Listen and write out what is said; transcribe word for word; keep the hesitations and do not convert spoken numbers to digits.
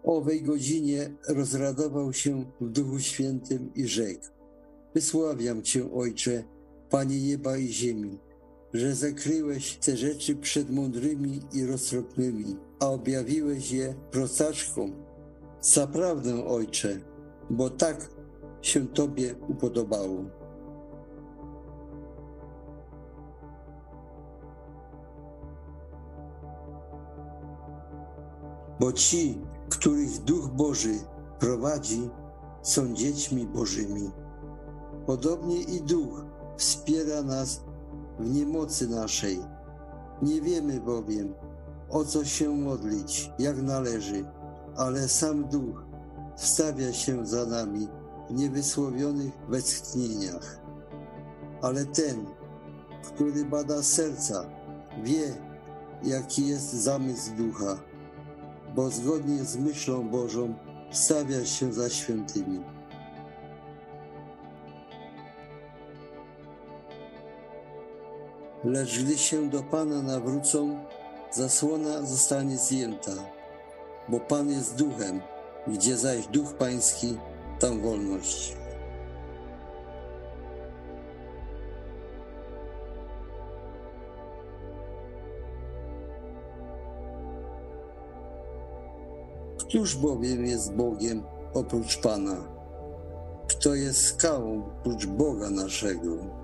O owej godzinie rozradował się w Duchu Świętym i rzekł: Wysławiam Cię, Ojcze, Panie nieba i ziemi, że zakryłeś te rzeczy przed mądrymi i roztropnymi, a objawiłeś je prostaczkom. Zaprawdę, Ojcze, bo tak się Tobie upodobało. Bo ci, których Duch Boży prowadzi, są dziećmi Bożymi. Podobnie i Duch wspiera nas w niemocy naszej. Nie wiemy bowiem, o co się modlić, jak należy, ale sam Duch wstawia się za nami w niewysłowionych westchnieniach. Ale ten, który bada serca, wie, jaki jest zamysł Ducha, bo zgodnie z myślą Bożą wstawia się za świętymi. Lecz gdy się do Pana nawrócą, zasłona zostanie zdjęta, bo Pan jest Duchem, gdzie zaś Duch Pański, tam wolność. Któż bowiem jest Bogiem oprócz Pana? Kto jest skałą oprócz Boga naszego?